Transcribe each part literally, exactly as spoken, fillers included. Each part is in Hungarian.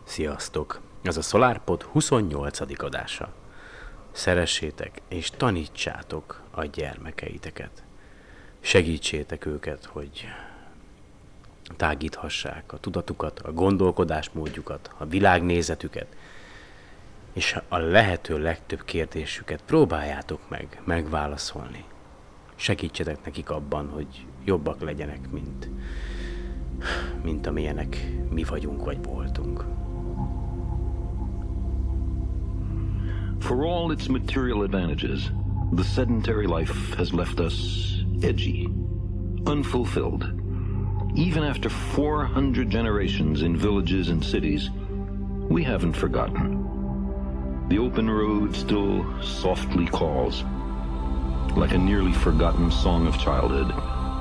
Sziasztok! Ez a SolarPod huszonnyolcadik adása. Szeressétek és tanítsátok a gyermekeiteket. Segítsétek őket, hogy tágíthassák a tudatukat, a gondolkodásmódjukat, a világnézetüket, és a lehető legtöbb kérdésüket próbáljátok meg megválaszolni. Segítsetek nekik abban, hogy jobbak legyenek, mint, mint amilyenek mi vagyunk vagy voltunk. For all its material advantages, the sedentary life has left us edgy, unfulfilled. Even after four hundred generations in villages and cities, we haven't forgotten. The open road still softly calls, like a nearly forgotten song of childhood.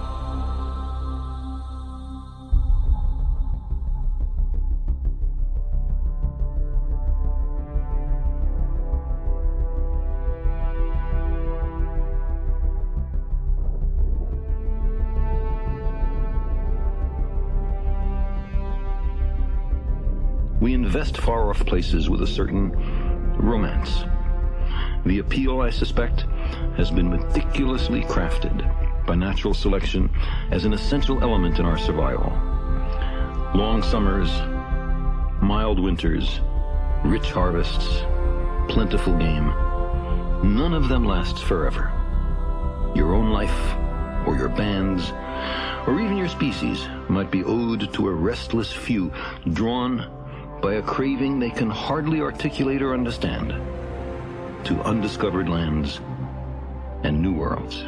We invest far-off places with a certain romance. The appeal, I suspect, has been meticulously crafted by natural selection as an essential element in our survival. Long summers, mild winters, rich harvests, plentiful game. None of them lasts forever. Your own life, or your band's, or even your species might be owed to a restless few drawn by a craving they can hardly articulate or understand, to undiscovered lands and new worlds.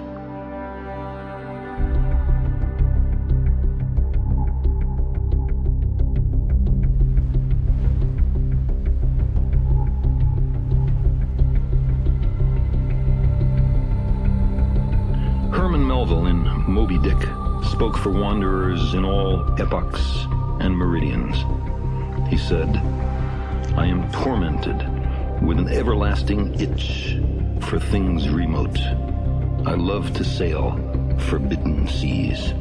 Herman Melville in Moby Dick spoke for wanderers in all epochs and meridians. He said, I am tormented with an everlasting itch for things remote. I love to sail forbidden seas.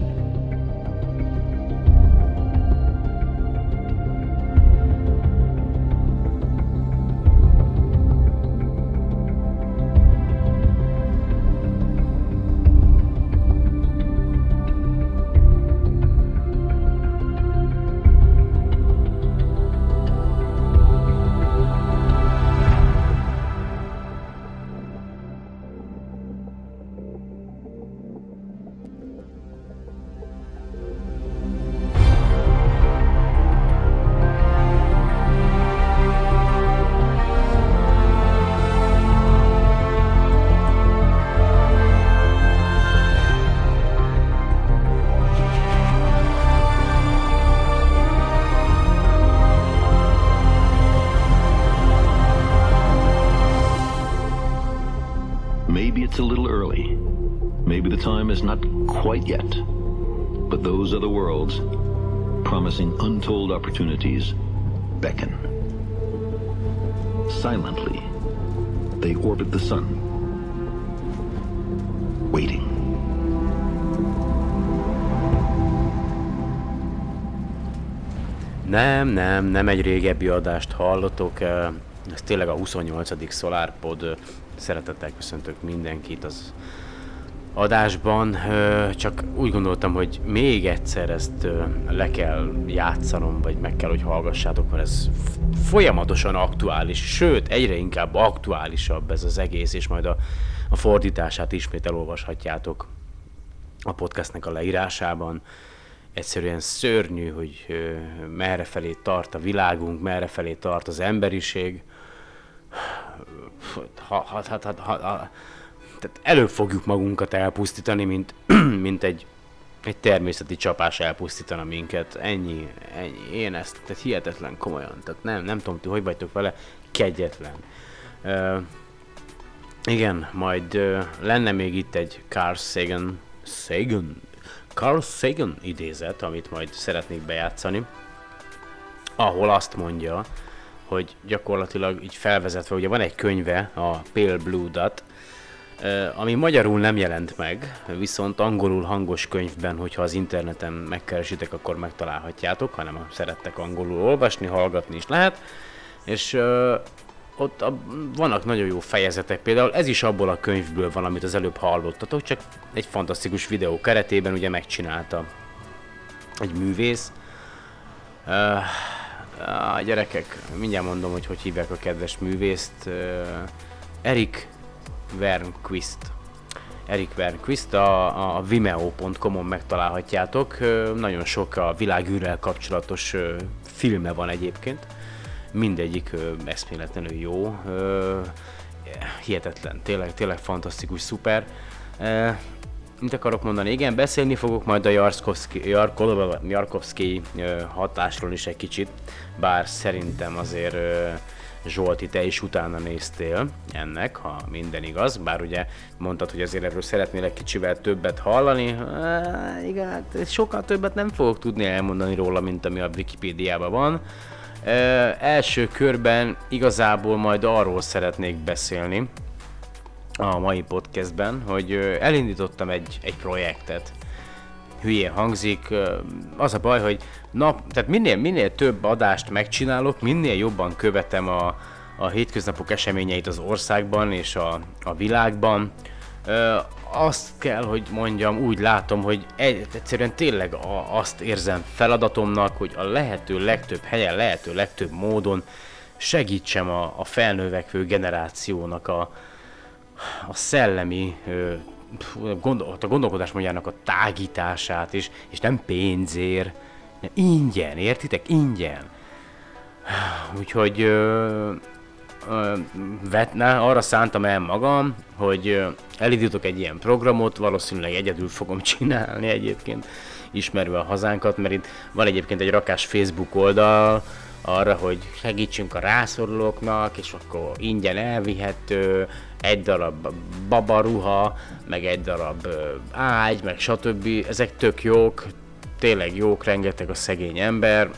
Maybe it's a little early. Maybe the time is not quite yet. But those other worlds, promising untold opportunities, beckon. Silently, they orbit the sun, waiting. Nem, nem, nem egy régebbi adást hallottok. Ez tényleg a huszonnyolcadik SolarPod. Szeretettel köszöntök mindenkit az adásban, csak úgy gondoltam, hogy még egyszer ezt le kell játszanom, vagy meg kell, hogy hallgassátok, mert ez folyamatosan aktuális, sőt, egyre inkább aktuálisabb ez az egész, és majd a, a fordítását ismét elolvashatjátok a podcastnek a leírásában. Egyszerűen szörnyű, hogy merrefelé tart a világunk, merrefelé tart az emberiség. Ha, ha, ha, ha, ha, ha. Tehát előbb fogjuk magunkat elpusztítani, mint, mint egy, egy természeti csapás elpusztítana minket. Ennyi, ennyi. Én ezt, tehát hihetetlen komolyan. Tehát nem, nem tudom, ti hogy vagytok vele, kegyetlen. Uh, igen, majd uh, lenne még itt egy Carl Sagan, Sagan, Carl Sagan idézet, amit majd szeretnék bejátszani, ahol azt mondja, hogy gyakorlatilag így felvezetve, ugye van egy könyve, a Pale Blue Dot, ami magyarul nem jelent meg, viszont angolul hangos könyvben, hogyha az interneten megkeresitek, akkor megtalálhatjátok, hanem ha szerettek angolul olvasni, hallgatni is lehet. És uh, ott a, vannak nagyon jó fejezetek, például ez is abból a könyvből van, amit az előbb hallottatok, csak egy fantasztikus videó keretében ugye megcsinálta egy művész. Uh, a gyerekek, mindjárt mondom, hogy hogy hívják a kedves művészt. Uh, Erik Wernquist. Erik Wernquist, a, a vimeo pont com-on megtalálhatjátok. Uh, nagyon sok a világűrrel kapcsolatos uh, filme van egyébként. Mindegyik uh, eszméletlenül jó. Uh, hihetetlen, tényleg, tényleg fantasztikus, szuper. Uh, Mit akarok mondani? Igen, beszélni fogok majd a Jarkovszky, Jarkovszky hatásról is egy kicsit, bár szerintem azért Zsolti, te is utána néztél ennek, ha minden igaz, bár ugye mondtad, hogy azért erről szeretnél egy kicsivel többet hallani, e, igen, hát sokkal többet nem fogok tudni elmondani róla, mint ami a Wikipédiában van. E, első körben igazából majd arról szeretnék beszélni, a mai podcastben, hogy elindítottam egy, egy projektet. Hülyén hangzik, az a baj, hogy nap, tehát minél, minél több adást megcsinálok, minél jobban követem a, a hétköznapok eseményeit az országban és a, a világban. Azt kell, hogy mondjam, úgy látom, hogy egy, egyszerűen tényleg a, azt érzem feladatomnak, hogy a lehető legtöbb helyen, lehető legtöbb módon segítsem a, a felnövekvő generációnak a a szellemi, a gondolkodásmódjának a tágítását, és, és nem pénzért, ingyen, értitek? Ingyen. Úgyhogy ö, ö, vetne, arra szántam el magam, hogy elindítok egy ilyen programot, valószínűleg egyedül fogom csinálni egyébként, ismerve a hazánkat, mert itt van egyébként egy rakás Facebook oldal, arra, hogy segítsünk a rászorulóknak, és akkor ingyen elvihető, egy darab babaruha, meg egy darab ágy, meg stb. Ezek tök jók, tényleg jók, rengeteg a szegény ember.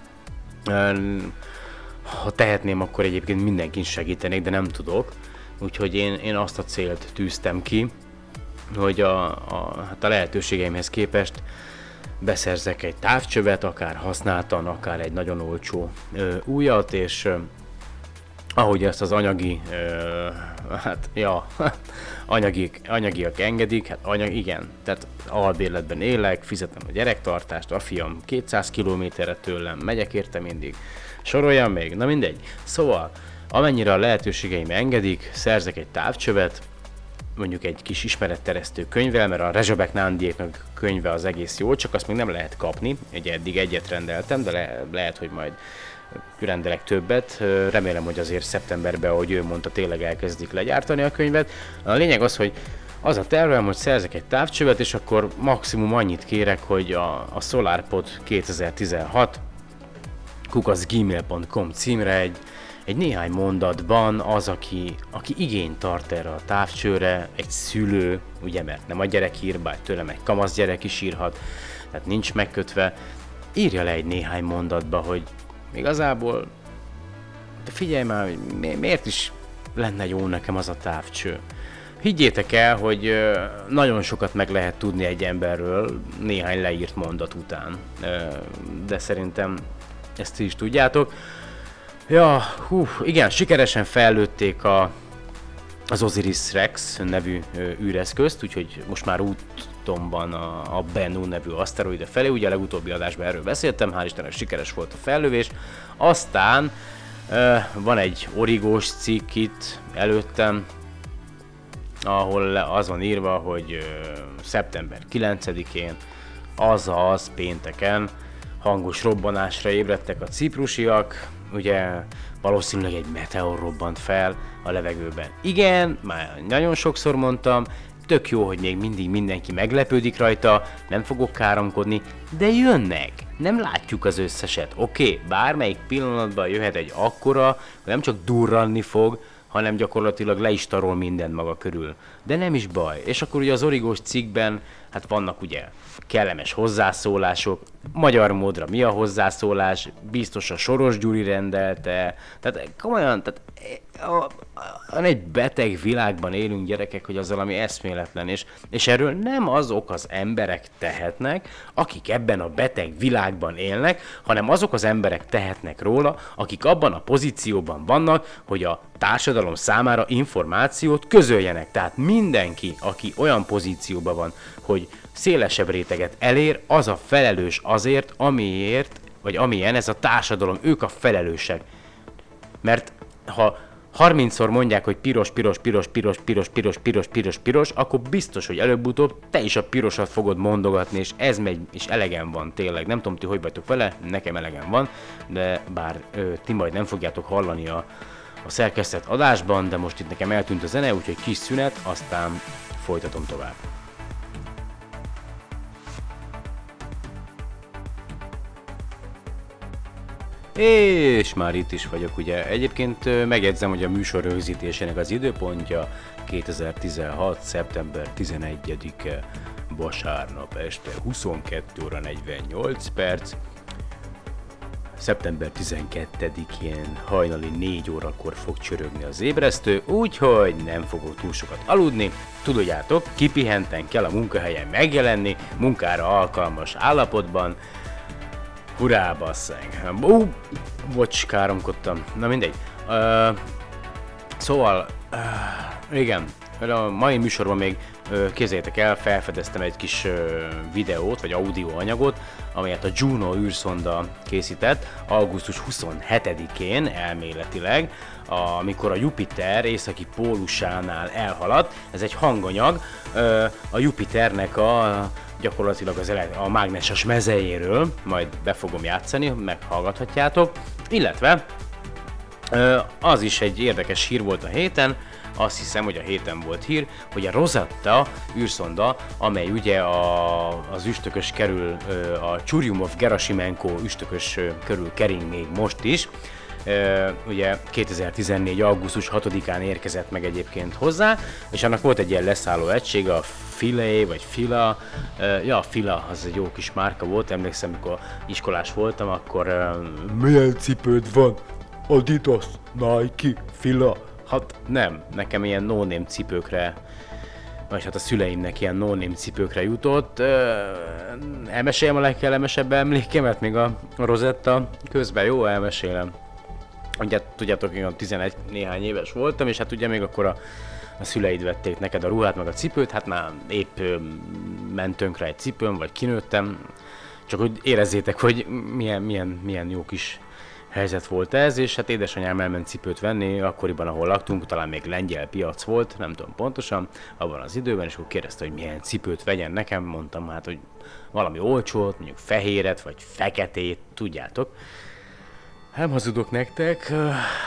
Ha tehetném, akkor egyébként mindenkin segítenék, de nem tudok. Úgyhogy én, én azt a célt tűztem ki, hogy a, a, hát a lehetőségeimhez képest beszerzek egy távcsövet, akár használtan, akár egy nagyon olcsó ö, újat, és ö, ahogy ezt az anyagi, ö, hát ja, anyagi, anyagiak engedik, hát anyag, igen, tehát albérletben élek, fizetem a gyerektartást, a fiam kétszáz kilométerre tőlem, megyek érte mindig, soroljam még, na mindegy. Szóval, amennyire a lehetőségeim engedik, szerzek egy távcsövet, mondjuk egy kis ismeretteresztő könyvvel, mert a Rezsabek Nándiéknak könyve az egész jó, csak azt még nem lehet kapni, ugye eddig egyet rendeltem, de le, lehet, hogy majd rendelek többet, remélem, hogy azért szeptemberben, ahogy ő mondta, tényleg elkezdik legyártani a könyvet. A lényeg az, hogy az a tervem, hogy szerzek egy távcsövet, és akkor maximum annyit kérek, hogy a, a SolarPod kétezer-tizenhat kukac gmail pont com címre egy Egy néhány mondatban az, aki, aki igényt tart erre a távcsőre, egy szülő, ugye, mert nem a gyerek ír, bár tőlem egy kamasz gyerek is írhat, tehát nincs megkötve, írja le egy néhány mondatba, hogy igazából, de figyelj már, mi, miért is lenne jó nekem az a távcső. Higgyétek el, hogy nagyon sokat meg lehet tudni egy emberről néhány leírt mondat után, de szerintem ezt is tudjátok. Ja, hú, igen, sikeresen fellőtték a, az Osiris Rex nevű ö, űreszközt, úgyhogy most már úton van a, a Bennu nevű aszteroide felé, ugye a legutóbbi adásban erről beszéltem, hál' Istennek sikeres volt a fellövés. Aztán ö, van egy origós cikk itt előttem, ahol az van írva, hogy ö, szeptember kilencedikén, azaz pénteken hangos robbanásra ébredtek a ciprusiak, ugye valószínűleg egy meteor robbant fel a levegőben. Igen, már nagyon sokszor mondtam, tök jó, hogy még mindig mindenki meglepődik rajta, nem fogok káromkodni, de jönnek, nem látjuk az összeset, oké? Okay, bármelyik pillanatban jöhet egy akkora, hogy nem csak durranni fog, hanem gyakorlatilag le is tarol mindent maga körül. De nem is baj. És akkor ugye az origós cikkben, hát vannak ugye kellemes hozzászólások, magyar módra mi a hozzászólás, biztos a Soros Gyuri rendelte, tehát komolyan, tehát a, a, egy beteg világban élünk, gyerekek, hogy az valami eszméletlen, és, és erről nem azok az emberek tehetnek, akik ebben a beteg világban élnek, hanem azok az emberek tehetnek róla, akik abban a pozícióban vannak, hogy a társadalom számára információt közöljenek. Tehát mindenki, aki olyan pozícióban van, hogy szélesebb réteget elér, az a felelős azért, amiért, vagy amilyen ez a társadalom, ők a felelősek. Mert ha harmincszor mondják, hogy piros, piros, piros, piros, piros, piros, piros, piros, piros, akkor biztos, hogy előbb-utóbb te is a pirosat fogod mondogatni, és ez megy, és elegem van tényleg. Nem tudom, ti hogy vagytok vele, nekem elegem van, de bár ö, ti majd nem fogjátok hallani a, a szerkesztett adásban, de most itt nekem eltűnt a zene, úgyhogy kis szünet, aztán folytatom tovább. És már itt is vagyok, ugye. Egyébként megjegyzem, hogy a műsor rögzítésének az időpontja kétezer-tizenhat. szeptember tizenegyedike, vasárnap este huszonkettő óra negyvennyolc perc. szeptember tizenkettedikén hajnali négy órakor fog csörögni az ébresztő, úgyhogy nem fogok túl sokat aludni. Tudjátok, kipihenten kell a munkahelyen megjelenni, munkára alkalmas állapotban. Hurrá, basszeg! Ú, bocs, káromkodtam. Na mindegy. Uh, szóval, uh, igen, a mai műsorban még uh, képzeljétek el, felfedeztem egy kis uh, videót, vagy audioanyagot, amelyet a Juno űrszonda készített augusztus huszonhetedikén elméletileg, amikor a Jupiter északi pólusánál elhaladt. Ez egy hanganyag uh, a Jupiternek a gyakorlatilag az ele- a mágneses mezejéről, majd be fogom játszani, meghallgathatjátok, illetve az is egy érdekes hír volt a héten, azt hiszem, hogy a héten volt hír, hogy a Rosetta űrszonda, amely ugye a, az üstökös kerül, a Churyumov-Gerasimenko üstökös körül kering még most is, Uh, ugye kétezer-tizennégy. augusztus hatodikán érkezett meg egyébként hozzá, és annak volt egy ilyen leszálló egység, a Philae, vagy Fila, uh, ja, Fila, az egy jó kis márka volt, emlékszem, amikor iskolás voltam, akkor uh, milyen cipőd van? Adidas, Nike, Fila? Hát nem, nekem ilyen no-name cipőkre, vagy hát a szüleimnek ilyen no-name cipőkre jutott. Uh, elmeséljem a legkellemesebb emlékemet még a Rosetta közben, jó, elmesélem. Ugye tudjátok, én tizenegy néhány éves voltam, és hát ugye még akkor a, a szüleid vették neked a ruhát, meg a cipőt, hát már épp ö, ment tönkre egy cipőm, vagy kinőttem, csak hogy érezzétek, hogy milyen, milyen, milyen jó kis helyzet volt ez, és hát édesanyám elment cipőt venni, akkoriban, ahol laktunk, talán még lengyel piac volt, nem tudom pontosan, abban az időben, és akkor kérdezte, hogy milyen cipőt vegyen nekem, mondtam hát, hogy valami olcsót, mondjuk fehéret, vagy feketét, tudjátok. Nem hazudok nektek, uh,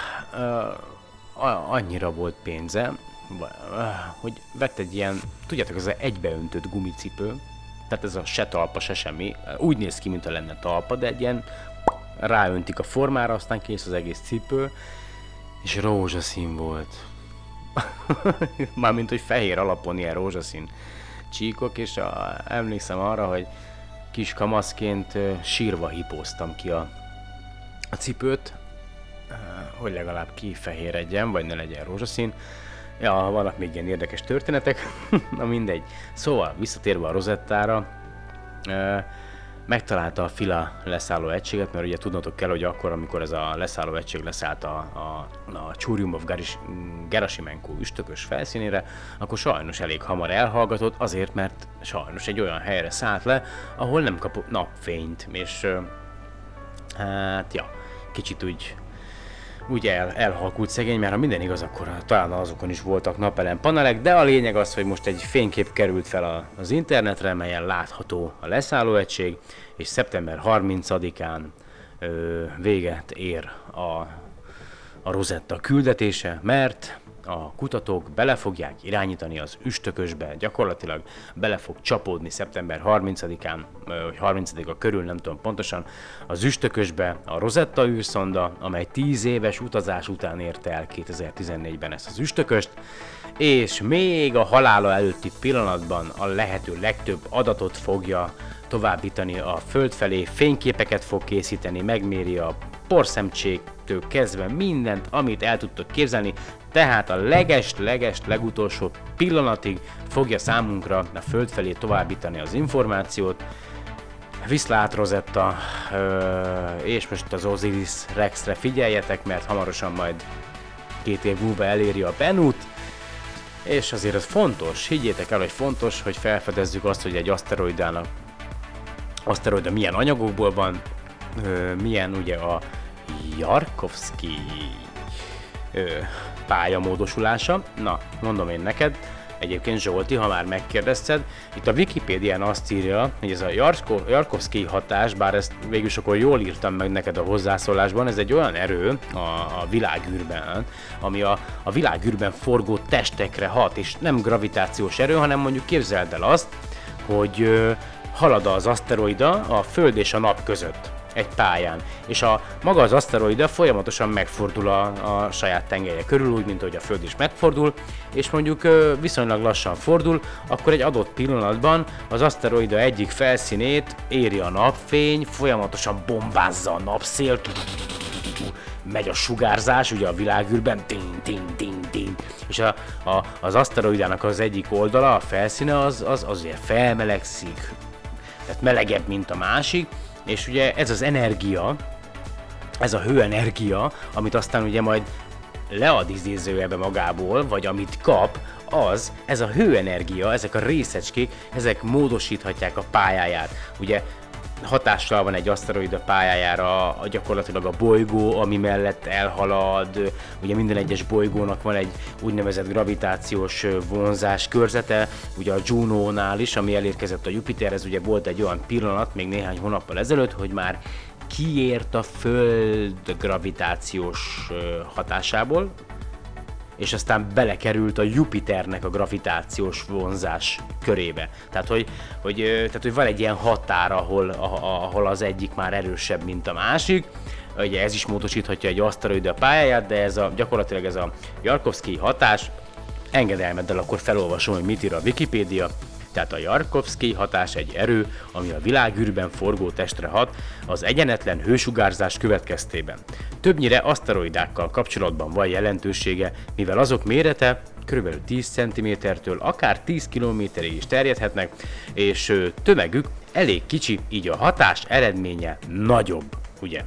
uh, annyira volt pénzem, uh, hogy vett egy ilyen, tudjátok, ez az egybeöntött gumicipő, tehát ez a se talpa, se semmi, úgy néz ki, mintha lenne talpa, de egy ilyen ráöntik a formára, aztán kész az egész cipő, és rózsaszín volt. Mármint, hogy fehér alapon ilyen rózsaszín csíkok, és a, emlékszem arra, hogy kis kamaszként uh, sírva hipóztam ki a a cipőt, hogy legalább kifehéredjen, vagy ne legyen rózsaszín. Ja, vannak még ilyen érdekes történetek, na mindegy. Szóval, visszatérve a Rosettára, megtalálta a Fila leszálló egységet, mert ugye tudnotok kell, hogy akkor, amikor ez a leszálló egység leszállt a, a, a Churyumov-Gerasimenko üstökös felszínére, akkor sajnos elég hamar elhallgatott, azért, mert sajnos egy olyan helyre szállt le, ahol nem kapott napfényt, és hát, ja, kicsit úgy, úgy el, elhalkult szegény, mert ha minden igaz, akkor talán azokon is voltak napelem panelek, de a lényeg az, hogy most egy fénykép került fel a, az internetre, melyen látható a leszállóegység, és szeptember harmincadikán ö, véget ér a, a Rosetta küldetése, mert a kutatók bele fogják irányítani az üstökösbe, gyakorlatilag bele fog csapódni szeptember harmincadikán, vagy harmincadika körül, nem tudom pontosan, az üstökösbe a Rosetta űrszonda, amely tíz éves utazás után érte el kétezer-tizennégyben ezt az üstököst, és még a halála előtti pillanatban a lehető legtöbb adatot fogja továbbítani a Föld felé, fényképeket fog készíteni, megméri a porszemcséktől kezdve mindent, amit el tudtok képzelni, tehát a leges-leges legutolsó pillanatig fogja számunkra a Föld felé továbbítani az információt. Viszlát Rosetta, és most az Osiris Rexre figyeljetek, mert hamarosan majd két év múlva eléri a Benut, és azért az fontos, higgyétek el, hogy fontos, hogy felfedezzük azt, hogy egy aszteroidának aszteroida milyen anyagokból van, ö, milyen ugye a Jarkovszky ö, pályamódosulása. Na, mondom én neked, egyébként Zsolti, ha már megkérdezted, itt a Wikipédián azt írja, hogy ez a Jarko- Jarkovszky hatás, bár ezt végül is akkor jól írtam meg neked a hozzászólásban, ez egy olyan erő a, a világűrben, ami a, a világűrben forgó testekre hat, és nem gravitációs erő, hanem mondjuk képzeld el azt, hogy ö, halad az aszteroida a Föld és a Nap között egy pályán, és a maga az aszteroida folyamatosan megfordul a, a saját tengelye körül, úgy, mint ahogy a Föld is megfordul, és mondjuk ö, viszonylag lassan fordul, akkor egy adott pillanatban az aszteroida egyik felszínét éri a napfény, folyamatosan bombázza a napszél, megy a sugárzás, ugye a világűrben, ting, ting, ting, ting, és a, a, az aszteroidának az egyik oldala, a felszíne az, az azért felmelegszik, tehát melegebb, mint a másik, és ugye ez az energia, ez a hőenergia, amit aztán ugye majd lead idézőjelbe magából, vagy amit kap, az, ez a hőenergia, ezek a részecskék, ezek módosíthatják a pályáját. Ugye hatással van egy aszteroida pályájára a, gyakorlatilag a bolygó, ami mellett elhalad, ugye minden egyes bolygónak van egy úgynevezett gravitációs vonzás körzete, ugye a Juno-nál is, ami elérkezett a Jupiterhez, ugye volt egy olyan pillanat még néhány hónappal ezelőtt, hogy már kiért a Föld gravitációs hatásából, és aztán belekerült a Jupiternek a gravitációs vonzás körébe. Tehát, hogy, hogy, tehát, hogy van egy ilyen határ, ahol, ahol az egyik már erősebb, mint a másik. Ugye ez is módosíthatja egy aszteroida pályáját, de ez a, gyakorlatilag ez a Jarkovszky hatás, engedelmeddel akkor felolvasom, hogy mit ír a Wikipédia. Tehát a Jarkovszky hatás egy erő, ami a világűrben forgó testre hat az egyenetlen hősugárzás következtében. Többnyire aszteroidákkal kapcsolatban van jelentősége, mivel azok mérete kb. tíz centimétertől akár tíz kilométerig is terjedhetnek, és tömegük elég kicsi, így a hatás eredménye nagyobb, ugye?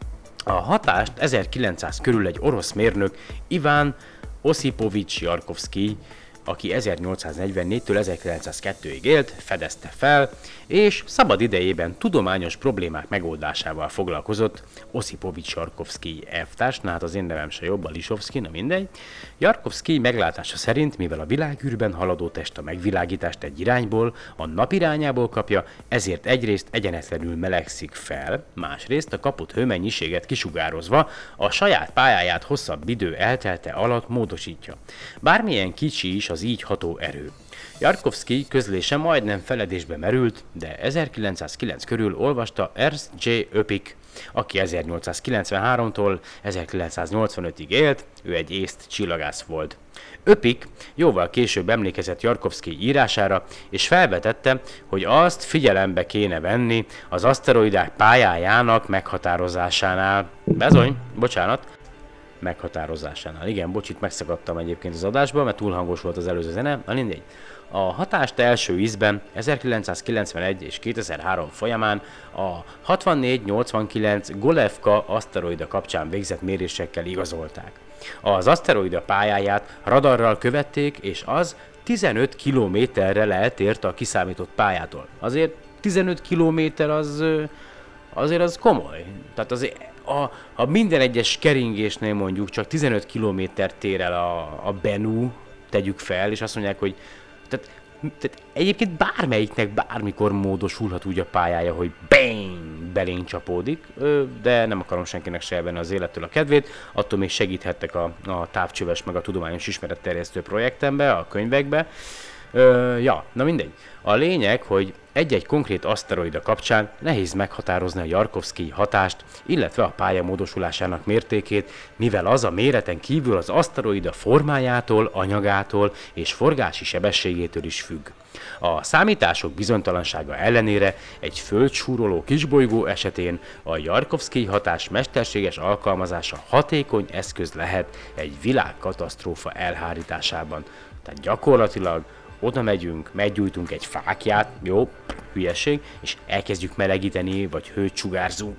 A hatást ezerkilencszáz körül egy orosz mérnök, Iván Osipovics Jarkovszky, aki ezernyolcszáznegyvennégytől ezerkilencszázkettőig élt, fedezte fel, és szabad idejében tudományos problémák megoldásával foglalkozott. Osipovics Jarkovszky elvtársnál, hát az én nevem se jobb, a Lisovszky, na mindegy. Jarkovszky meglátása szerint, mivel a világűrben haladó test a megvilágítást egy irányból, a nap irányából kapja, ezért egyrészt egyenetlenül melegszik fel, másrészt a kapott hőmennyiséget kisugározva a saját pályáját hosszabb idő eltelte alatt módosítja. Bármilyen kicsi is az így ható erő. Jarkovszky közlése majdnem feledésbe merült, de ezerkilencszázkilenc körül olvasta Ernst J. Öpik, aki ezernyolcszázkilencvenháromtól ezerkilencszáznyolcvanötig élt, ő egy észt csillagász volt. Öpik jóval később emlékezett Jarkovszky írására, és felvetette, hogy azt figyelembe kéne venni az aszteroidák pályájának meghatározásánál. Bezony, bocsánat, meghatározásánál. Igen, bocs, itt megszakadtam egyébként az adásban, mert túl hangos volt az előző zene, na mindegy. A hatást első ízben ezerkilencszázkilencvenegy és kétezer-három folyamán a hatvannégy nyolcvankilenc Golevka aszteroida kapcsán végzett mérésekkel igazolták. Az aszteroida pályáját radarral követték, és az tizenöt kilométerrel eltért a kiszámított pályától. Azért tizenöt kilométer az, azért az komoly. Tehát azért a, a minden egyes keringésnél mondjuk csak tizenöt kilométer tér el a, a Bennu, tegyük fel, és azt mondják, hogy tehát, tehát egyébként bármelyiknek bármikor módosulhat úgy a pályája, hogy bang, belénk csapódik, de nem akarom senkinek se elvenni az élettől a kedvét, attól még segíthettek a, a távcsöves meg a tudományos ismeretterjesztő projektembe, a könyvekbe. Ö, ja, na mindegy. A lényeg, hogy egy-egy konkrét aszteroida kapcsán nehéz meghatározni a Jarkovszkij hatást, illetve a pálya módosulásának mértékét, mivel az a méreten kívül az aszteroida formájától, anyagától és forgási sebességétől is függ. A számítások bizonytalansága ellenére egy földsúroló kisbolygó esetén a Jarkovszkij hatás mesterséges alkalmazása hatékony eszköz lehet egy világkatasztrófa elhárításában. Tehát gyakorlatilag oda megyünk, meggyújtunk egy fákját, jó, hülyeség, és elkezdjük melegíteni, vagy hőt sugárzunk.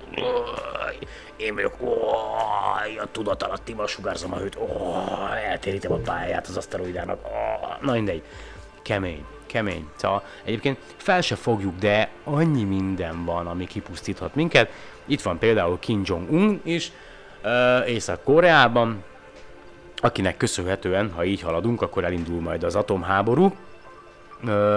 Én vagyok, a tudatalattival sugárzom a hőt, eltérítem a pályát az aszteroidának. Na mindegy, kemény, kemény. Szóval egyébként fel se fogjuk, de annyi minden van, ami kipusztíthat minket. Itt van például Kim Jong-un is, Észak-Koreában, akinek köszönhetően, ha így haladunk, akkor elindul majd az atomháború. Ö,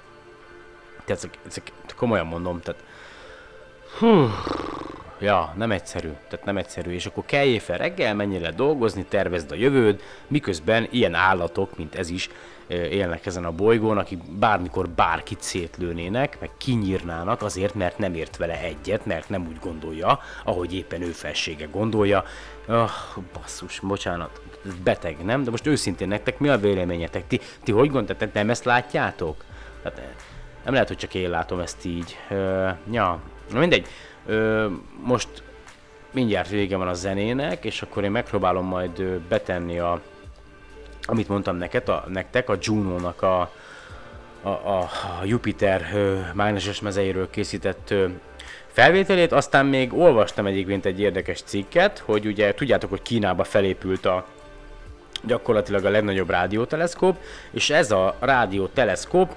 tehát ezek, ezek, komolyan mondom, tehát hú, ja, nem egyszerű, tehát nem egyszerű, és akkor keljél fel reggel, menjél le dolgozni, tervezd a jövőd, miközben ilyen állatok, mint ez is, élnek ezen a bolygón, akik bármikor bárkit szétlőnének, meg kinyírnának azért, mert nem ért vele egyet, mert nem úgy gondolja, ahogy éppen ő felsége gondolja. Oh, basszus, bocsánat, beteg, nem? De most őszintén nektek mi a véleményetek? Ti, ti hogy gondoltok, nem ezt látjátok? Hát, nem lehet, hogy csak én látom ezt így. Uh, ja, mindegy. Uh, most mindjárt vége van a zenének, és akkor én megpróbálom majd uh, betenni a amit mondtam neked, a, nektek, a Juno-nak a, a, a Jupiter ö, mágneses mezeiről készített ö, felvételét, aztán még olvastam egyébként egy érdekes cikket, hogy ugye tudjátok, hogy Kínába felépült a gyakorlatilag a legnagyobb rádióteleszkóp, és ez a rádióteleszkóp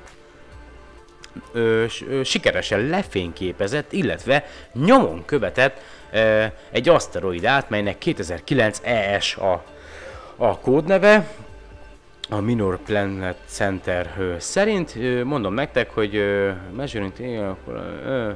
ö, ö, sikeresen lefényképezett, illetve nyomon követett ö, egy aszteroidát, melynek kétezer-kilenc E S a, a kódneve, a Minor Planet Center ö, szerint. Ö, mondom nektek, hogy ö, measuring ö,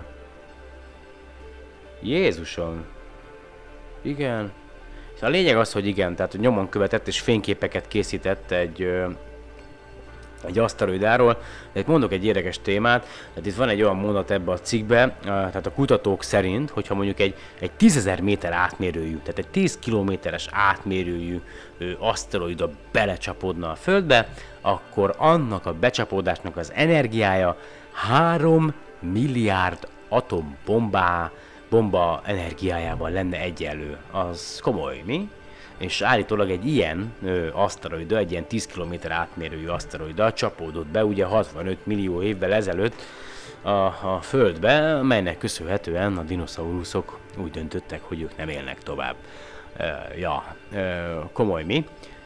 Jézusom. Igen. A lényeg az, hogy igen, tehát nyomon követett és fényképeket készített egy ö, egy aszteroidáról. De itt mondok egy érdekes témát, tehát itt van egy olyan mondat ebbe a cikkbe, tehát a kutatók szerint, hogyha mondjuk egy, egy tízezer méter átmérőjű, tehát egy tíz kilométeres átmérőjű aszteroida belecsapódna a Földbe, akkor annak a becsapódásnak az energiája három milliárd atombombá, bomba energiájával lenne egyenlő. Az komoly, mi? És állítólag egy ilyen ö, aszteroida, egy ilyen tíz kilométer átmérőjű aszteroida csapódott be ugye hatvanöt millió évvel ezelőtt a, a Földbe, melynek köszönhetően a dinoszauruszok úgy döntöttek, hogy ők nem élnek tovább. Ö, ja, ö, komoly mi?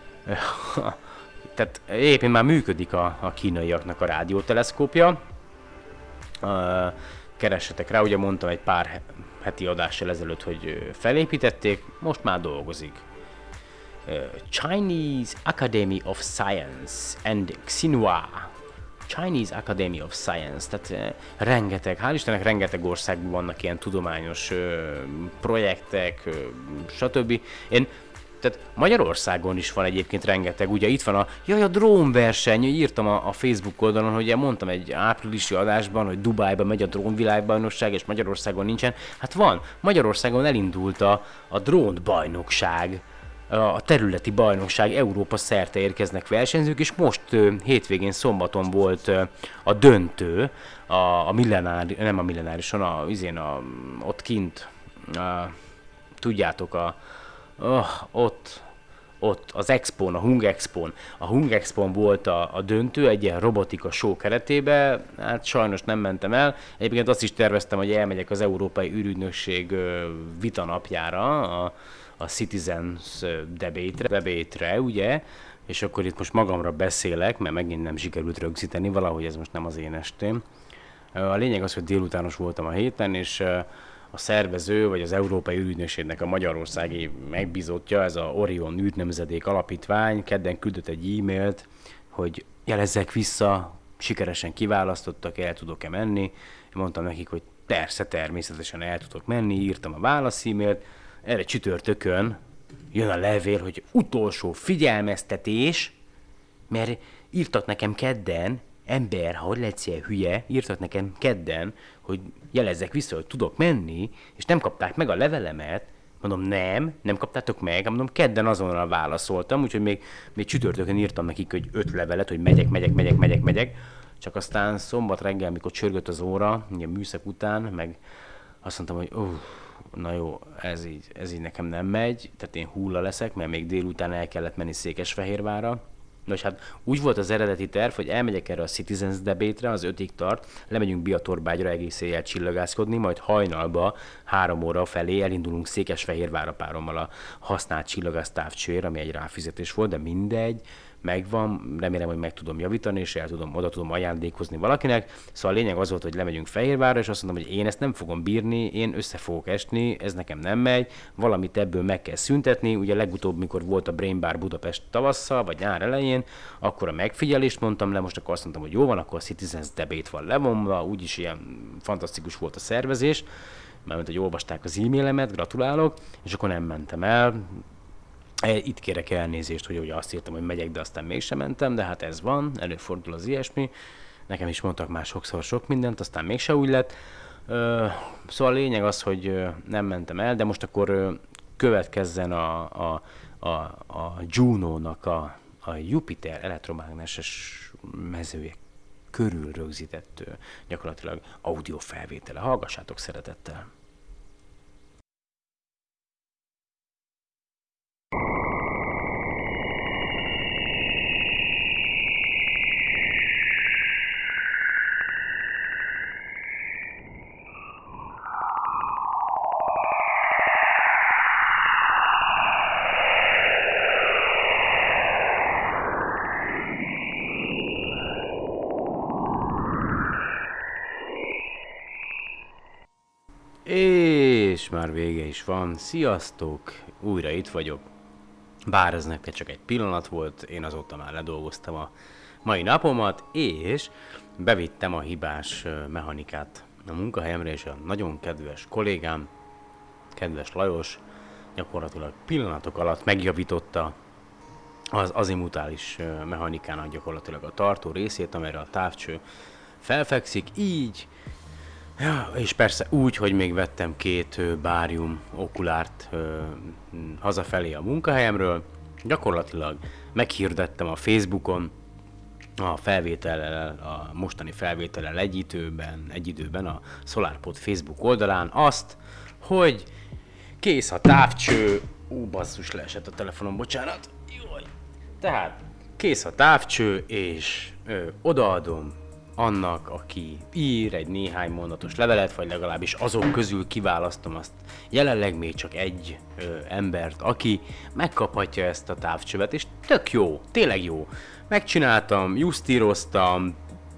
Tehát éppen már működik a, a kínaiaknak a rádióteleszkópja. Ö, keressetek rá, ugye mondtam egy pár heti adással ezelőtt, hogy felépítették, most már dolgozik. Uh, Chinese Academy of Science and Xinhua. Chinese Academy of Science, tehát uh, rengeteg, hál' Istennek rengeteg országban vannak ilyen tudományos uh, projektek, uh, stb. Én, tehát Magyarországon is van egyébként rengeteg, ugye itt van a, jaj, a drónverseny, írtam a, a Facebook oldalon, hogy mondtam egy áprilisi adásban, hogy Dubájban megy a drónvilágbajnokság, és Magyarországon nincsen. Hát van, Magyarországon elindult a, a drónbajnokság, a területi bajnokság, Európa szerte érkeznek versenyzők, és most ö, hétvégén szombaton volt ö, a döntő, a, a millenári, nem a millenárison, a, izén a, ott kint, a, tudjátok, a, oh, ott, ott az Expón, a Hung Expón, a Hung Expón volt a, a döntő, egy ilyen robotika show keretében, hát sajnos nem mentem el, egyébként azt is terveztem, hogy elmegyek az Európai űrügynökség ö, vitanapjára, a, a Citizens debate-re, debate-re, ugye, és akkor itt most magamra beszélek, mert megint nem sikerült rögzíteni, valahogy ez most nem az én estém. A lényeg az, hogy délutános voltam a héten, és a szervező, vagy az Európai űrügynökségnek a magyarországi megbízottja, ez a Orion űrnemzedék alapítvány, kedden küldött egy e-mailt, hogy jelezzek vissza, sikeresen kiválasztottak, el tudok-e menni. Én mondtam nekik, hogy persze, természetesen el tudok menni, írtam a válasz-e-mailt, erre csütörtökön jön a levél, hogy utolsó figyelmeztetés, mert írtak nekem kedden, ember, ha hogy lehetsz ilyen hülye, írtak nekem kedden, hogy jelezzek vissza, hogy tudok menni, és nem kapták meg a levelemet. Mondom, nem, nem kaptátok meg, mondom, kedden azonnal válaszoltam, úgyhogy még, még csütörtökön írtam nekik, hogy öt levelet, hogy megyek, megyek, megyek, megyek, megyek. Csak aztán szombat reggel, mikor csörgött az óra, ugye műszak után, meg azt mondtam, hogy uh, na jó, ez így, ez így nekem nem megy, tehát én hulla leszek, mert még délután el kellett menni Székesfehérvárra. Nos, hát úgy volt az eredeti terv, hogy elmegyek erre a Citizens Debate-re, az ötig tart, lemegyünk Biatorbágyra egész éjjel csillagászkodni, majd hajnalba három óra felé elindulunk Székesfehérvárra párommal a használt csillagász távcsőért, ami egy ráfizetés volt, de mindegy, megvan, remélem, hogy meg tudom javítani, és el tudom, oda tudom ajándékozni valakinek. Szóval a lényeg az volt, hogy lemegyünk Fehérvárra, és azt mondom, hogy én ezt nem fogom bírni, én össze fogok esni, ez nekem nem megy, valamit ebből meg kell szüntetni. Ugye legutóbb, mikor volt a Brain Bar Budapest tavasszal, vagy nyár elején, akkor a megfigyelést mondtam le, most akkor azt mondtam, hogy jó van, akkor a Citizens Debate van levonva, úgyis ilyen fantasztikus volt a szervezés, mármint, hogy olvasták az e-mailemet, gratulálok, és akkor nem mentem el. Itt kérek elnézést, hogy ugye azt írtam, hogy megyek, de aztán mégsem mentem, de hát ez van, előfordul az ilyesmi. Nekem is mondtak már sokszor sok mindent, aztán mégse úgy lett. Szóval a lényeg az, hogy nem mentem el, de most akkor következzen a, a, a, a Juno-nak a, a Jupiter elektromágneses mezője körül rögzített gyakorlatilag audio felvétele. Hallgassátok szeretettel! És már vége is van. Sziasztok! Újra itt vagyok. Bár ez nektek csak egy pillanat volt, én azóta már ledolgoztam a mai napomat, és bevittem a hibás mechanikát a munkahelyemre, és a nagyon kedves kollégám, kedves Lajos, gyakorlatilag pillanatok alatt megjavította az azimutális mechanikának gyakorlatilag a tartó részét, amelyre a távcső felfekszik, így. Ja, és persze úgy, hogy még vettem két ö, bárium okulárt ö, hazafelé a munkahelyemről. Gyakorlatilag meghirdettem a Facebookon a felvétellel, a mostani felvétellel egy időben, egy időben a SolarPod Facebook oldalán azt, hogy kész a távcső. Ú, basszus, leesett a telefonom, bocsánat. Jaj. Tehát kész a távcső, és ö, odaadom annak, aki ír egy néhány mondatos levelet, vagy legalábbis azok közül kiválasztom azt jelenleg még csak egy ö, embert, aki megkaphatja ezt a távcsövet, és tök jó, tényleg jó. Megcsináltam, justíroztam,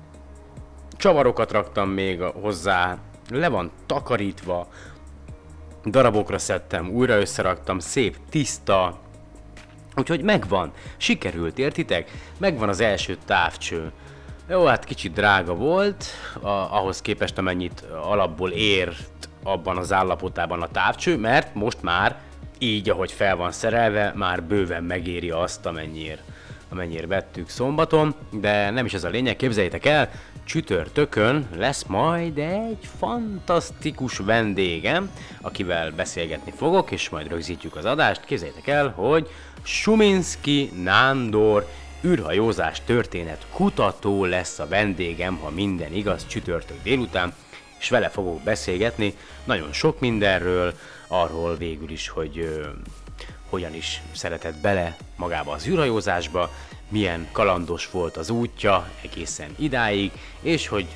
csavarokat raktam még hozzá, le van takarítva, darabokra szedtem, újra összeraktam, szép, tiszta, úgyhogy megvan, sikerült, értitek? Megvan az első távcső. Jó, hát kicsit drága volt, a, ahhoz képest amennyit alapból ért abban az állapotában a távcső, mert most már így, ahogy fel van szerelve, már bőven megéri azt, amennyire, amennyire vettük szombaton, de nem is ez a lényeg, képzeljétek el, csütörtökön lesz majd egy fantasztikus vendégem, akivel beszélgetni fogok, és majd rögzítjük az adást. Képzeljétek el, hogy Suminski Nándor űrhajózás történet kutató lesz a vendégem, ha minden igaz, csütörtök délután, és vele fogok beszélgetni nagyon sok mindenről, arról végül is, hogy ö, hogyan is szeretett bele magába az űrhajózásba, milyen kalandos volt az útja egészen idáig, és hogy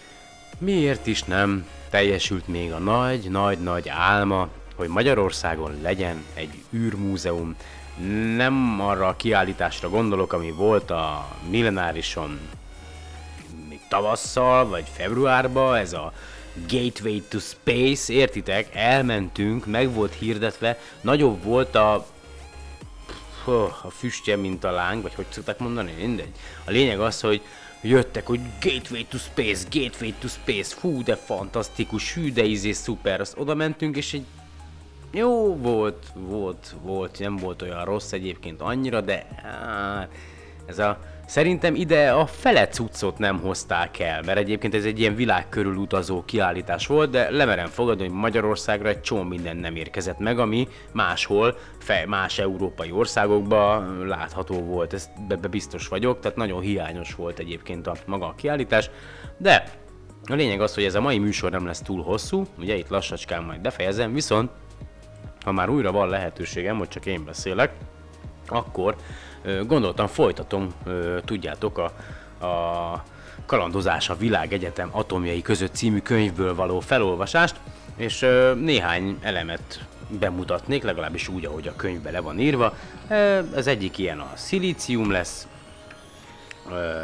miért is nem teljesült még a nagy-nagy-nagy álma, hogy Magyarországon legyen egy űrmúzeum. Nem arra a kiállításra gondolok, ami volt a millenárison még tavasszal, vagy februárban, ez a Gateway to Space, értitek? Elmentünk, meg volt hirdetve, nagyobb volt a a füstje, mint a láng, vagy hogy szokták mondani, mindegy. A lényeg az, hogy jöttek, hogy Gateway to Space, Gateway to Space, hú de fantasztikus, hű de izé szuper, azt oda mentünk és egy jó volt, volt, volt, nem volt olyan rossz egyébként annyira, de hát, ez a, szerintem ide a fele cuccot nem hozták el, mert egyébként ez egy ilyen világ körül utazó kiállítás volt, de lemerem fogadni, hogy Magyarországra egy csomó minden nem érkezett meg, ami máshol, fe, más európai országokban látható volt, ezt be biztos vagyok, tehát nagyon hiányos volt egyébként a maga a kiállítás, de a lényeg az, hogy ez a mai műsor nem lesz túl hosszú, ugye itt lassacskán majd befejezem, viszont ha már újra van lehetőségem, hogy csak én beszélek, akkor ö, gondoltam folytatom, ö, tudjátok, a, a Kalandozás a Világegyetem atomjai között című könyvből való felolvasást, és ö, néhány elemet bemutatnék, legalábbis úgy, ahogy a könyvbe le van írva. Ez egyik ilyen a szilícium lesz, ö,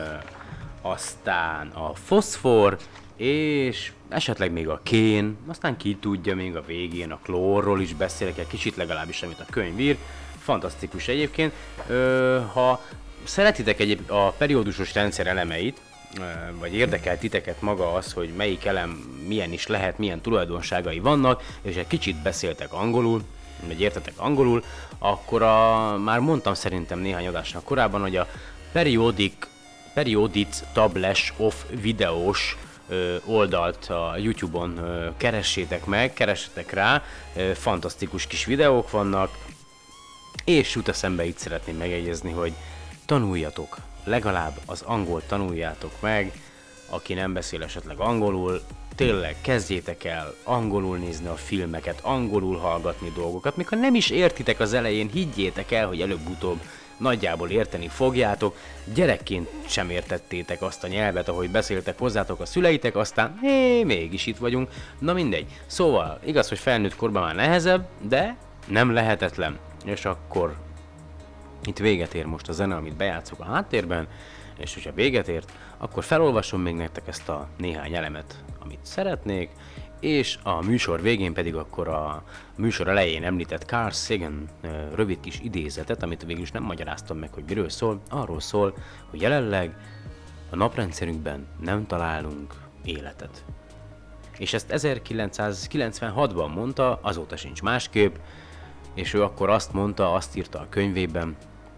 aztán a foszfor, és esetleg még a kén, aztán ki tudja, még a végén a klórról is beszélek egy kicsit, legalábbis amit a könyv ír. Fantasztikus egyébként. Ö, ha szeretitek egyéb a periódusos rendszer elemeit, ö, vagy érdekel titeket maga az, hogy melyik elem milyen is lehet, milyen tulajdonságai vannak, és egy kicsit beszéltek angolul, vagy értetek angolul, akkor a, már mondtam szerintem néhány adásnak korábban, hogy a periodic, periodic tables of videós oldalt a YouTube-on keressétek meg, keressetek rá, fantasztikus kis videók vannak, és jut eszembe, itt szeretném megjegyezni, hogy tanuljatok, legalább az angolt tanuljátok meg, aki nem beszél esetleg angolul, tényleg kezdjétek el angolul nézni a filmeket, angolul hallgatni dolgokat, még ha nem is értitek az elején, higgyétek el, hogy előbb-utóbb nagyjából érteni fogjátok, gyerekként sem értettétek azt a nyelvet, ahogy beszéltek hozzátok a szüleitek, aztán hé, mégis itt vagyunk, na mindegy. Szóval, igaz, hogy felnőtt korban már nehezebb, de nem lehetetlen. És akkor itt véget ér most a zene, amit bejátszok a háttérben, és hogyha véget ért, akkor felolvasom még nektek ezt a néhány elemet, amit szeretnék, és a műsor végén pedig akkor a műsor elején említett Carl Sagan rövid kis idézetet, amit végül is nem magyaráztam meg, hogy miről szól, arról szól, hogy jelenleg a naprendszerünkben nem találunk életet. És ezt ezerkilencszázkilencvenhatban mondta, azóta sincs másképp, és ő akkor azt mondta, azt írta a könyvében,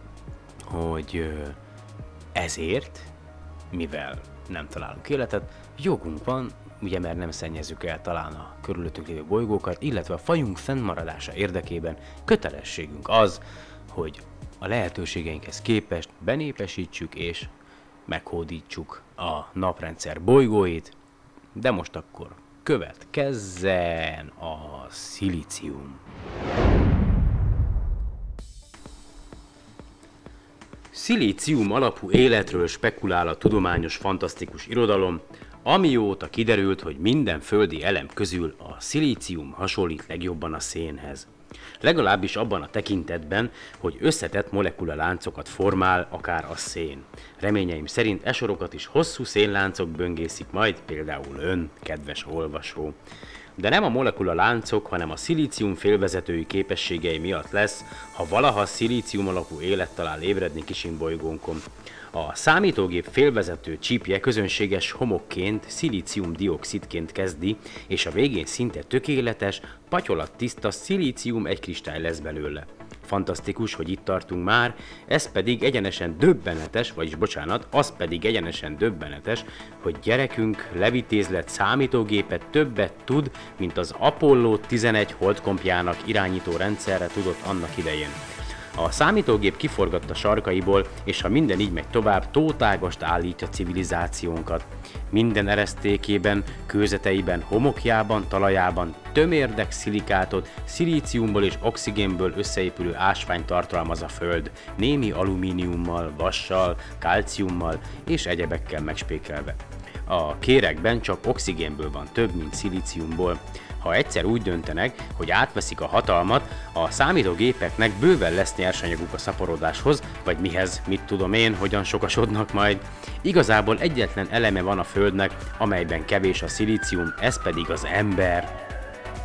hogy ezért, mivel nem találunk életet, jogunk van, ugye mert nem szennyezzük el talán a körülöttünk lévő bolygókat, illetve a fajunk fennmaradása érdekében kötelességünk az, hogy a lehetőségeinkhez képest benépesítsük és meghódítsuk a naprendszer bolygóit, de most akkor következzen a szilícium. Szilícium alapú életről spekulál a tudományos fantasztikus irodalom, amióta kiderült, hogy minden földi elem közül a szilícium hasonlít legjobban a szénhez. Legalábbis abban a tekintetben, hogy összetett molekulaláncokat formál akár a szén. Reményeim szerint e sorokat is hosszú szénláncok böngészik majd, például ön, kedves olvasó. De nem a molekulaláncok, hanem a szilícium félvezetői képességei miatt lesz, ha valaha szilícium alapú élet talál ébredni kisimbolygónkon. A számítógép félvezető csípje közönséges homokként, szilícium-dioxidként kezdi, és a végén szinte tökéletes, patyolattiszta szilícium egy kristály lesz belőle. Fantasztikus, hogy itt tartunk már, ez pedig egyenesen döbbenetes, vagyis bocsánat, az pedig egyenesen döbbenetes, hogy gyerekünk levitézlett számítógépet többet tud, mint az Apollo tizenegy holdkompjának irányító rendszerre tudott annak idején. A számítógép kiforgatta sarkaiból, és ha minden így megy tovább, tótágast állítja civilizációnkat. Minden eresztékében, kőzeteiben, homokjában, talajában tömérdek szilikátot, szilíciumból és oxigénből összeépülő ásvány tartalmaz a Föld, némi alumíniummal, vassal, kalciummal és egyebekkel megspékelve. A kéregben csak oxigénből van több, mint szilíciumból. Ha egyszer úgy döntenek, hogy átveszik a hatalmat, a számítógépeknek bőven lesz nyersanyaguk a szaporodáshoz, vagy mihez, mit tudom én, hogyan sokasodnak majd. Igazából egyetlen eleme van a Földnek, amelyben kevés a szilícium, ez pedig az ember.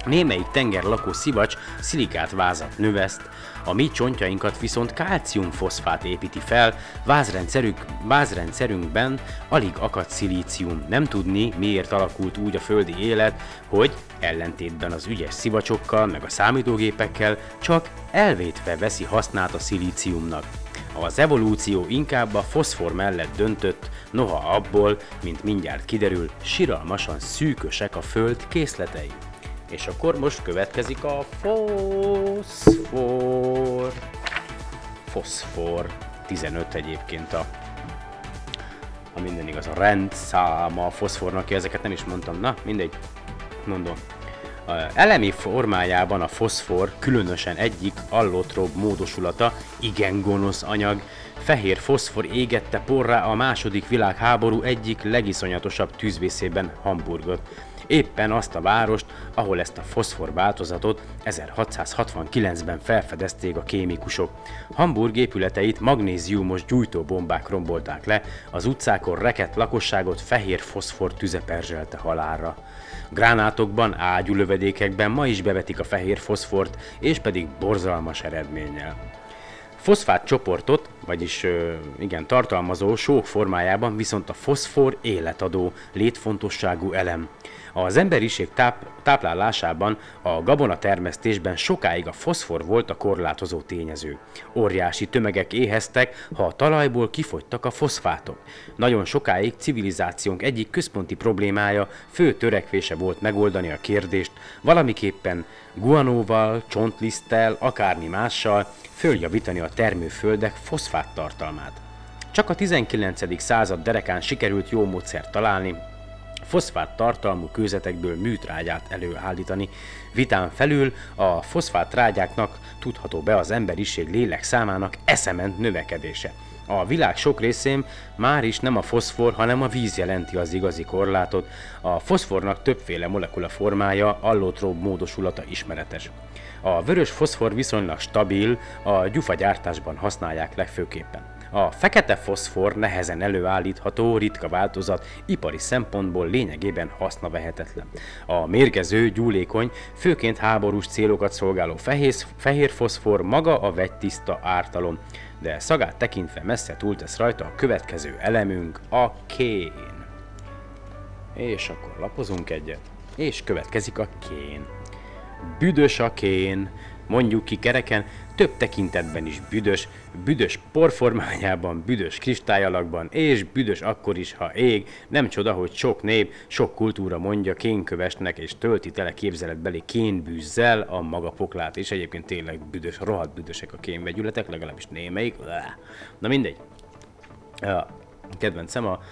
Némelyik tengerlakó szivacs szilikátvázat növeszt, a mi csontjainkat viszont kálciumfoszfát építi fel, vázrendszerünk, vázrendszerünkben alig akad szilícium. Nem tudni, miért alakult úgy a földi élet, hogy ellentétben az ügyes szivacsokkal meg a számítógépekkel csak elvétve veszi hasznát a szilíciumnak. Az evolúció inkább a foszfor mellett döntött, noha abból, mint mindjárt kiderül, siralmasan szűkösek a föld készletei. És akkor most következik a foszfor. Foszfor. tizenöt egyébként a, a minden igaz, a rendszáma a foszfornak, ezeket nem is mondtam, na mindegy, mondom. A elemi formájában a foszfor különösen egyik allotrobb módosulata, igen gonosz anyag. Fehér foszfor égette porrá a második világháború egyik legiszonyatosabb tűzvészében, Hamburgot. Éppen azt a várost, ahol ezt a foszfor változatot ezerhatszázhatvankilencben felfedezték a kémikusok. Hamburg épületeit magnéziumos gyújtóbombák rombolták le, az utcákon rekedt lakosságot fehér foszfor tüze perzselte halálra. Gránátokban, ágyúlövedékekben ma is bevetik a fehér foszfort, és pedig borzalmas eredménnyel. Foszfát csoportot, vagyis ö, igen, tartalmazó sók formájában viszont a foszfor életadó, létfontosságú elem. Az emberiség táp, táplálásában, a gabonatermesztésben sokáig a foszfor volt a korlátozó tényező. Óriási tömegek éheztek, ha a talajból kifogytak a foszfátok. Nagyon sokáig civilizációnk egyik központi problémája, fő törekvése volt megoldani a kérdést, valamiképpen guanóval, csontliszttel, akármi mással följavítani a termőföldek foszfát tartalmát. Csak a tizenkilencedik század derekán sikerült jó módszert találni, foszfát tartalmú kőzetekből műtrágyát előállítani. Vitán felül a foszfát trágyáknak tudható be az emberiség lélek számának eszement növekedése. A világ sok részén már is nem a foszfor, hanem a víz jelenti az igazi korlátot. A foszfornak többféle molekula formája, allotróbb módosulata ismeretes. A vörös foszfor viszonylag stabil, a gyufagyártásban használják legfőképpen. A fekete foszfor nehezen előállítható, ritka változat, ipari szempontból lényegében hasznavehetetlen. A mérgező, gyúlékony, főként háborús célokat szolgáló fehész, fehér foszfor maga a vegytiszta ártalom, de szagát tekintve messze túltesz rajta a következő elemünk, a kén. És akkor lapozunk egyet, és következik a kén. Büdös a kén, mondjuk ki kereken, több tekintetben is büdös, büdös porformájában, büdös kristályalakban, és büdös akkor is, ha ég. Nem csoda, hogy sok nép, sok kultúra mondja kénkövesnek, és tölti tele képzeletbeli kénbűzzel a maga poklát, és egyébként tényleg büdös, rohadt büdösek a kénvegyületek, legalábbis némelyik. Na mindegy. Ja, kedvencem a...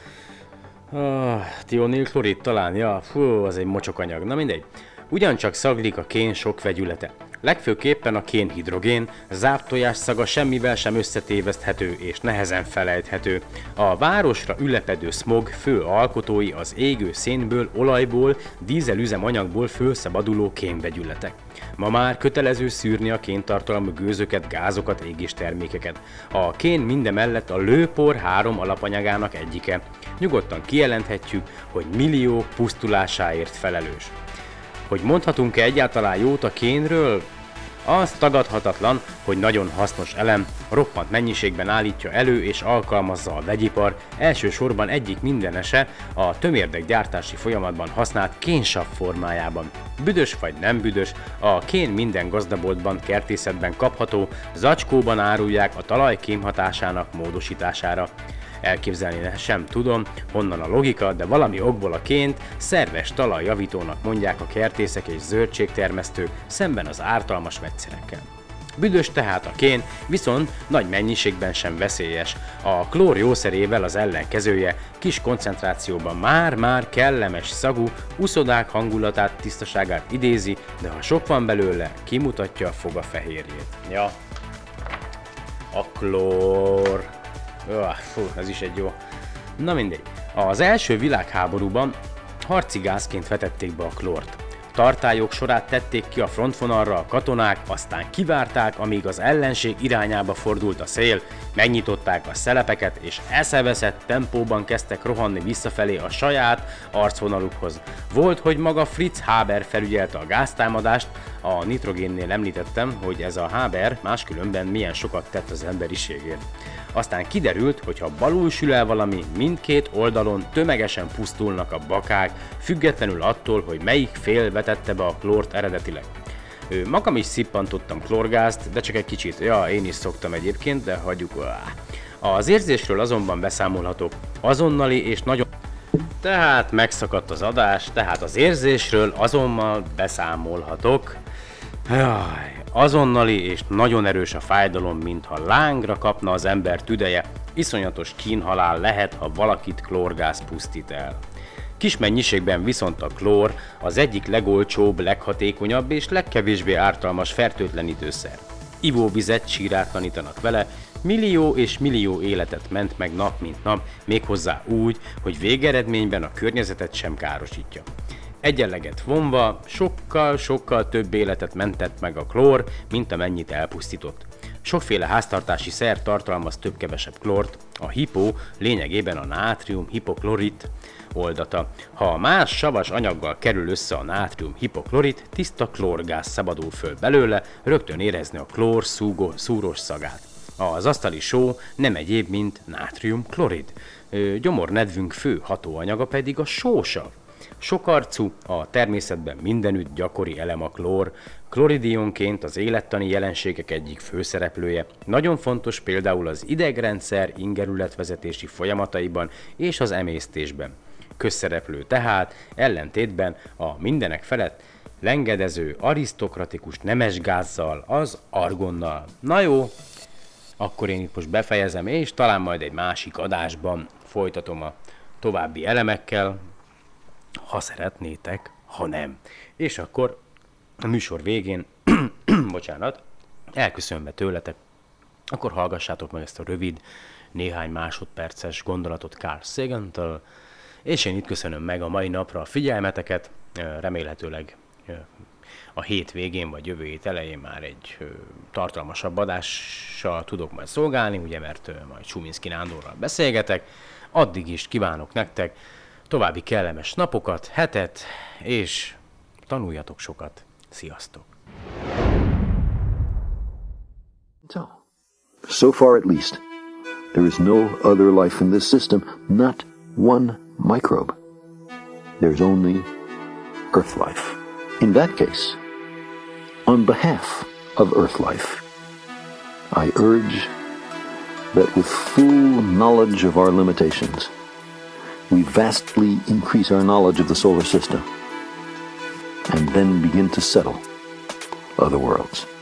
a tionilklorid talán, ja, fú, az egy mocsokanyag, na mindegy. Ugyancsak szaglik a kén sok vegyülete. Legfőképpen a kénhidrogén, záptojás szaga semmivel sem összetéveszthető és nehezen felejthető. A városra ülepedő smog fő alkotói az égő szénből, olajból, dízelüzemanyagból fölszabaduló kénvegyületek. Ma már kötelező szűrni a kéntartalmú gőzöket, gázokat, égéstermékeket. A kén mindemellett a lőpor három alapanyagának egyike. Nyugodtan kijelenthetjük, hogy milliók pusztulásáért felelős. Hogy mondhatunk-e egyáltalán jót a kénről? Az tagadhatatlan, hogy nagyon hasznos elem, roppant mennyiségben állítja elő és alkalmazza a vegyipar, elsősorban egyik mindenese a tömérdekgyártási folyamatban használt kénsav formájában. Büdös vagy nem büdös, a kén minden gazdaboltban, kertészetben kapható, zacskóban árulják a talaj kémhatásának módosítására. Elképzelni sem tudom, honnan a logika, de valami okból a ként szerves talajjavítónak mondják a kertészek és zöldségtermesztők szemben az ártalmas vegyszerekkel. Büdös tehát a kén, viszont nagy mennyiségben sem veszélyes. A klór jószerével az ellenkezője, kis koncentrációban már-már kellemes szagú, uszodák hangulatát, tisztaságát idézi, de ha sok van belőle, kimutatja a foga fehérjét. Ja, a klór... Öh, fú, ez is egy jó. Na mindegy. Az első világháborúban harci gázként vetették be a klórt. Tartályok sorát tették ki a frontvonalra a katonák, aztán kivárták, amíg az ellenség irányába fordult a szél, Megnyitották a szelepeket, és eszeveszett tempóban kezdtek rohanni visszafelé a saját arcvonalukhoz. Volt, hogy maga Fritz Haber felügyelte a gáztámadást, a nitrogénnél említettem, hogy ez a Haber máskülönben milyen sokat tett az emberiségért. Aztán kiderült, hogy ha balul sül el valami, mindkét oldalon tömegesen pusztulnak a bakák, függetlenül attól, hogy melyik fél vetette be a klórt eredetileg. Ő, magam is szippantottam klórgázt, de csak egy kicsit. Ja, én is szoktam egyébként, de hagyjuk. Az érzésről azonban beszámolhatok. Azonnali és nagyon... Tehát megszakadt az adás, tehát az érzésről azonnal beszámolhatok. Jaj, azonnali és nagyon erős a fájdalom, mintha lángra kapna az ember tüdeje. Iszonyatos kínhalál lehet, ha valakit klórgáz pusztít el. Kis mennyiségben viszont a klór az egyik legolcsóbb, leghatékonyabb és legkevésbé ártalmas fertőtlenítőszer. Ivóvizet sírátlanítanak vele, millió és millió életet ment meg nap mint nap, méghozzá úgy, hogy végeredményben a környezetet sem károsítja. Egyenleget vonva sokkal-sokkal több életet mentett meg a klór, mint amennyit elpusztított. Sokféle háztartási szer tartalmaz több-kevesebb klórt, a hipó lényegében a nátrium hipoklorit oldata. Ha más savas anyaggal kerül össze a nátrium hipoklorit, tiszta klórgáz szabadul föl belőle, rögtön érezni a klór szúgó, szúrós szagát. Az asztali só nem egyéb, mint nátriumklorid. Gyomornedvünk fő hatóanyaga pedig a sósav. Sokarcú, a természetben mindenütt gyakori elem a klór, kloridionként az élettani jelenségek egyik főszereplője. Nagyon fontos például az idegrendszer ingerületvezetési folyamataiban és az emésztésben. Közszereplő tehát, ellentétben a mindenek felett lengedező arisztokratikus nemesgázzal, az argonnal. Na jó, akkor én itt most befejezem, és talán majd egy másik adásban folytatom a további elemekkel, ha szeretnétek, ha nem. És akkor a műsor végén, bocsánat, elköszönve tőletek, akkor hallgassátok meg ezt a rövid, néhány másodperces gondolatot Carl Sagantől, és én itt köszönöm meg a mai napra a figyelmeteket, remélhetőleg a hét végén vagy jövő hét elején már egy tartalmasabb adással tudok majd szolgálni, ugye, mert majd Suminski Nándorral beszélgetek. Addig is kívánok nektek további kellemes napokat, hetet, és tanuljatok sokat. Sziasztok! So, so far at least, there is no other life in this system, not one microbe. There's only Earth life. In that case, on behalf of Earth life, I urge that with full knowledge of our limitations, we vastly increase our knowledge of the solar system and then begin to settle other worlds.